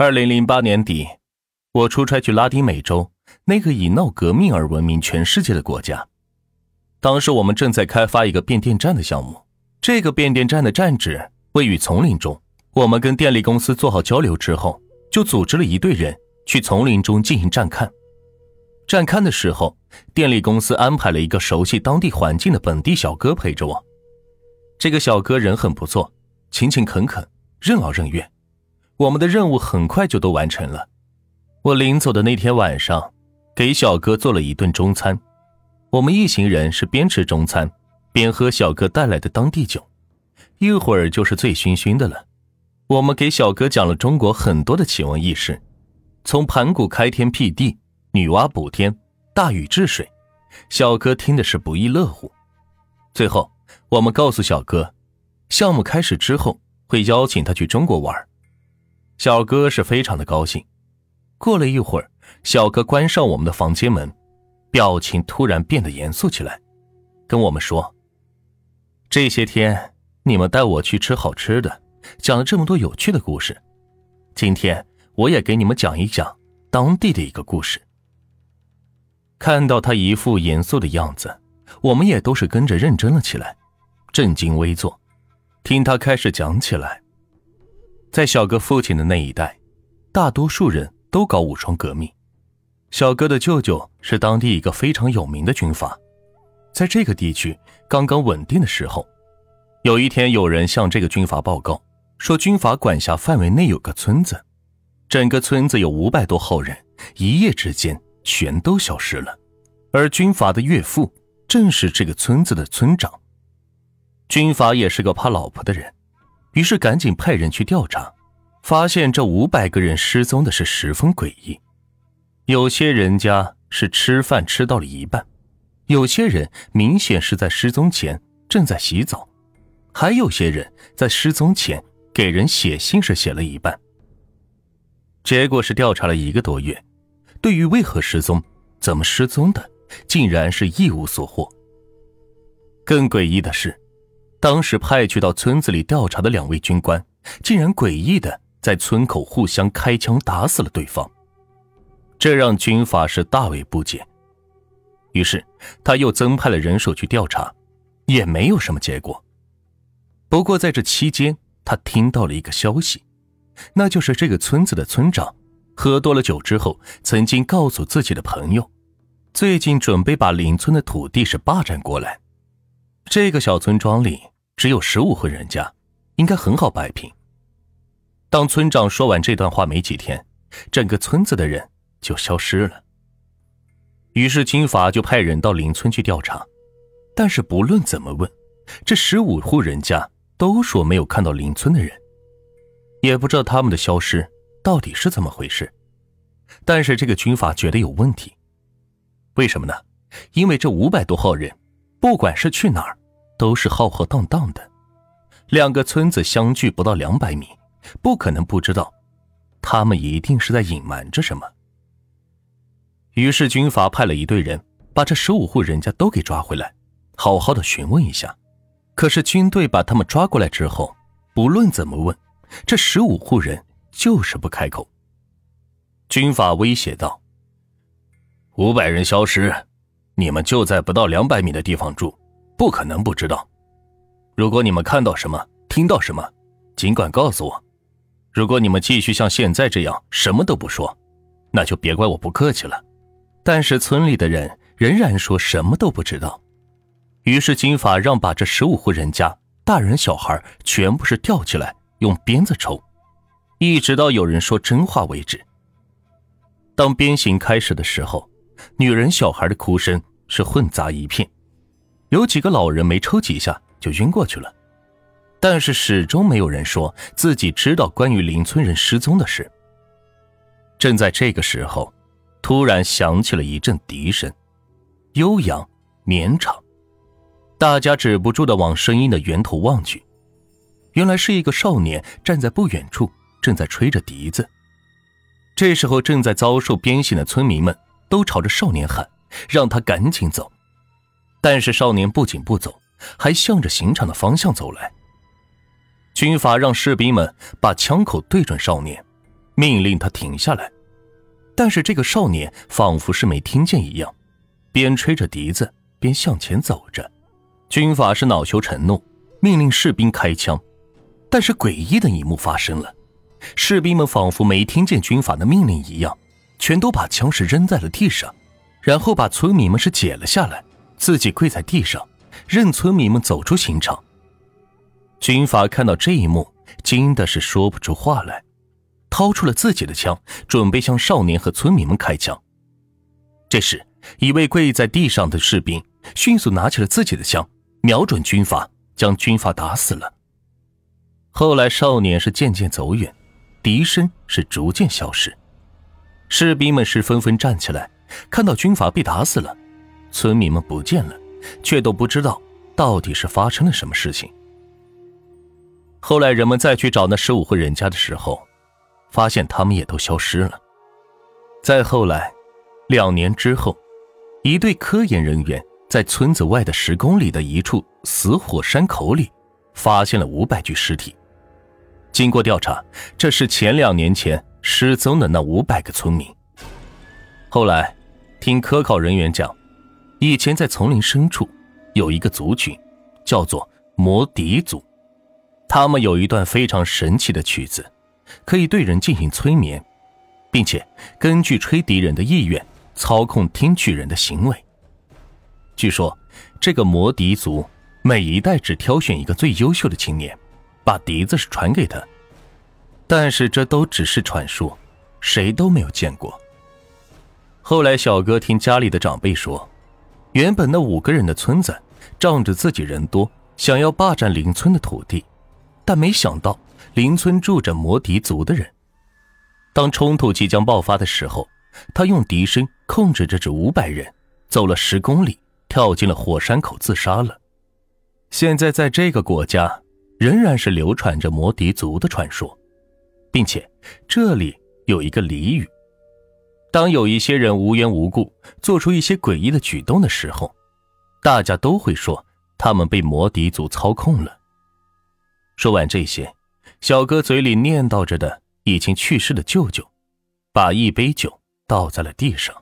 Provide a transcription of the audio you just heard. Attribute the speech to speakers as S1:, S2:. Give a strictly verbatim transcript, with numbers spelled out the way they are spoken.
S1: 二零零八年底，我出差去拉丁美洲，那个以闹革命而闻名全世界的国家。当时我们正在开发一个变电站的项目，这个变电站的站址位于丛林中。我们跟电力公司做好交流之后，就组织了一队人去丛林中进行站勘。站勘的时候，电力公司安排了一个熟悉当地环境的本地小哥陪着我。这个小哥人很不错，勤勤恳恳，任劳任怨。我们的任务很快就都完成了。我临走的那天晚上，给小哥做了一顿中餐。我们一行人是边吃中餐，边喝小哥带来的当地酒，一会儿就是醉醺醺的了。我们给小哥讲了中国很多的奇闻异事，从盘古开天辟地、女娲补天、大禹治水，小哥听的是不亦乐乎。最后我们告诉小哥，项目开始之后会邀请他去中国玩。小哥是非常的高兴。过了一会儿，小哥关上我们的房间门，表情突然变得严肃起来，跟我们说，这些天你们带我去吃好吃的，讲了这么多有趣的故事，今天我也给你们讲一讲当地的一个故事。看到他一副严肃的样子，我们也都是跟着认真了起来，正襟危坐，听他开始讲起来。在小哥父亲的那一代，大多数人都搞武装革命。小哥的舅舅是当地一个非常有名的军阀，在这个地区刚刚稳定的时候，有一天有人向这个军阀报告，说军阀管辖范围内有个村子，整个村子有五百多号人，一夜之间全都消失了，而军阀的岳父正是这个村子的村长。军阀也是个怕老婆的人，于是赶紧派人去调查，发现这五百个人失踪的是十分诡异。有些人家是吃饭吃到了一半，有些人明显是在失踪前正在洗澡，还有些人在失踪前给人写信是写了一半。结果是调查了一个多月，对于为何失踪、怎么失踪的，竟然是一无所获。更诡异的是，当时派去到村子里调查的两位军官，竟然诡异的在村口互相开枪打死了对方，这让军阀是大为不解。于是他又增派了人手去调查，也没有什么结果。不过在这期间，他听到了一个消息，那就是这个村子的村长喝多了酒之后，曾经告诉自己的朋友，最近准备把邻村的土地是霸占过来。这个小村庄里只有十五户人家，应该很好摆平。当村长说完这段话没几天，整个村子的人就消失了。于是军阀就派人到邻村去调查，但是不论怎么问，这十五户人家都说没有看到邻村的人，也不知道他们的消失到底是怎么回事。但是这个军阀觉得有问题，为什么呢？因为这五百多号人，不管是去哪儿，都是浩浩荡荡的，两个村子相距不到两百米，不可能不知道，他们一定是在隐瞒着什么。于是军阀派了一队人把这十五户人家都给抓回来，好好的询问一下。可是军队把他们抓过来之后，不论怎么问，这十五户人就是不开口。军阀威胁道，五百人消失，你们就在不到两百米的地方住，不可能不知道。如果你们看到什么，听到什么，尽管告诉我。如果你们继续像现在这样什么都不说，那就别怪我不客气了。但是村里的人仍然说什么都不知道。于是军阀让把这十五户人家大人小孩全部是吊起来，用鞭子抽，一直到有人说真话为止。当鞭刑开始的时候，女人小孩的哭声是混杂一片，有几个老人没抽几下就晕过去了。但是始终没有人说自己知道关于邻村人失踪的事。正在这个时候，突然响起了一阵笛声，悠扬绵长，大家止不住地往声音的源头望去，原来是一个少年站在不远处，正在吹着笛子。这时候正在遭受鞭刑的村民们都朝着少年喊，让他赶紧走。但是少年不仅不走，还向着刑场的方向走来。军阀让士兵们把枪口对准少年， 命令他停下来。但是这个少年仿佛是没听见一样，边吹着笛子边向前走着。军法师恼羞成怒，命令士兵开枪。但是诡异的一幕发生了，士兵们仿佛没听见军法的命令一样，全都把枪是扔在了地上，然后把村民们是解了下来，自己跪在地上，任村民们走出刑场。军法看到这一幕，惊的是说不出话来，掏出了自己的枪，准备向少年和村民们开枪。这时，一位跪在地上的士兵迅速拿起了自己的枪，瞄准军法，将军法打死了。后来少年是渐渐走远，笛声是逐渐消失。士兵们是纷纷站起来，看到军阀被打死了，村民们不见了，却都不知道到底是发生了什么事情。后来人们再去找那十五户人家的时候，发现他们也都消失了。再后来，两年之后，一队科研人员在村子外的十公里的一处死火山口里发现了五百具尸体。经过调查，这是前两年前失踪的那五百个村民。后来听科考人员讲，以前在丛林深处有一个族群，叫做魔笛族。他们有一段非常神奇的曲子，可以对人进行催眠，并且根据吹笛人的意愿操控听曲人的行为。据说这个魔笛族每一代只挑选一个最优秀的青年，把笛子是传给他，但是这都只是传说，谁都没有见过。后来小哥听家里的长辈说，原本那五个人的村子仗着自己人多，想要霸占邻村的土地，但没想到邻村住着魔笛族的人。当冲突即将爆发的时候，他用笛声控制着这五百人，走了十公里，跳进了火山口自杀了。现在在这个国家仍然是流传着魔笛族的传说，并且这里有一个俚语，当有一些人无缘无故做出一些诡异的举动的时候，大家都会说他们被魔笛族操控了。说完这些，小哥嘴里念叨着的已经去世的舅舅，把一杯酒倒在了地上。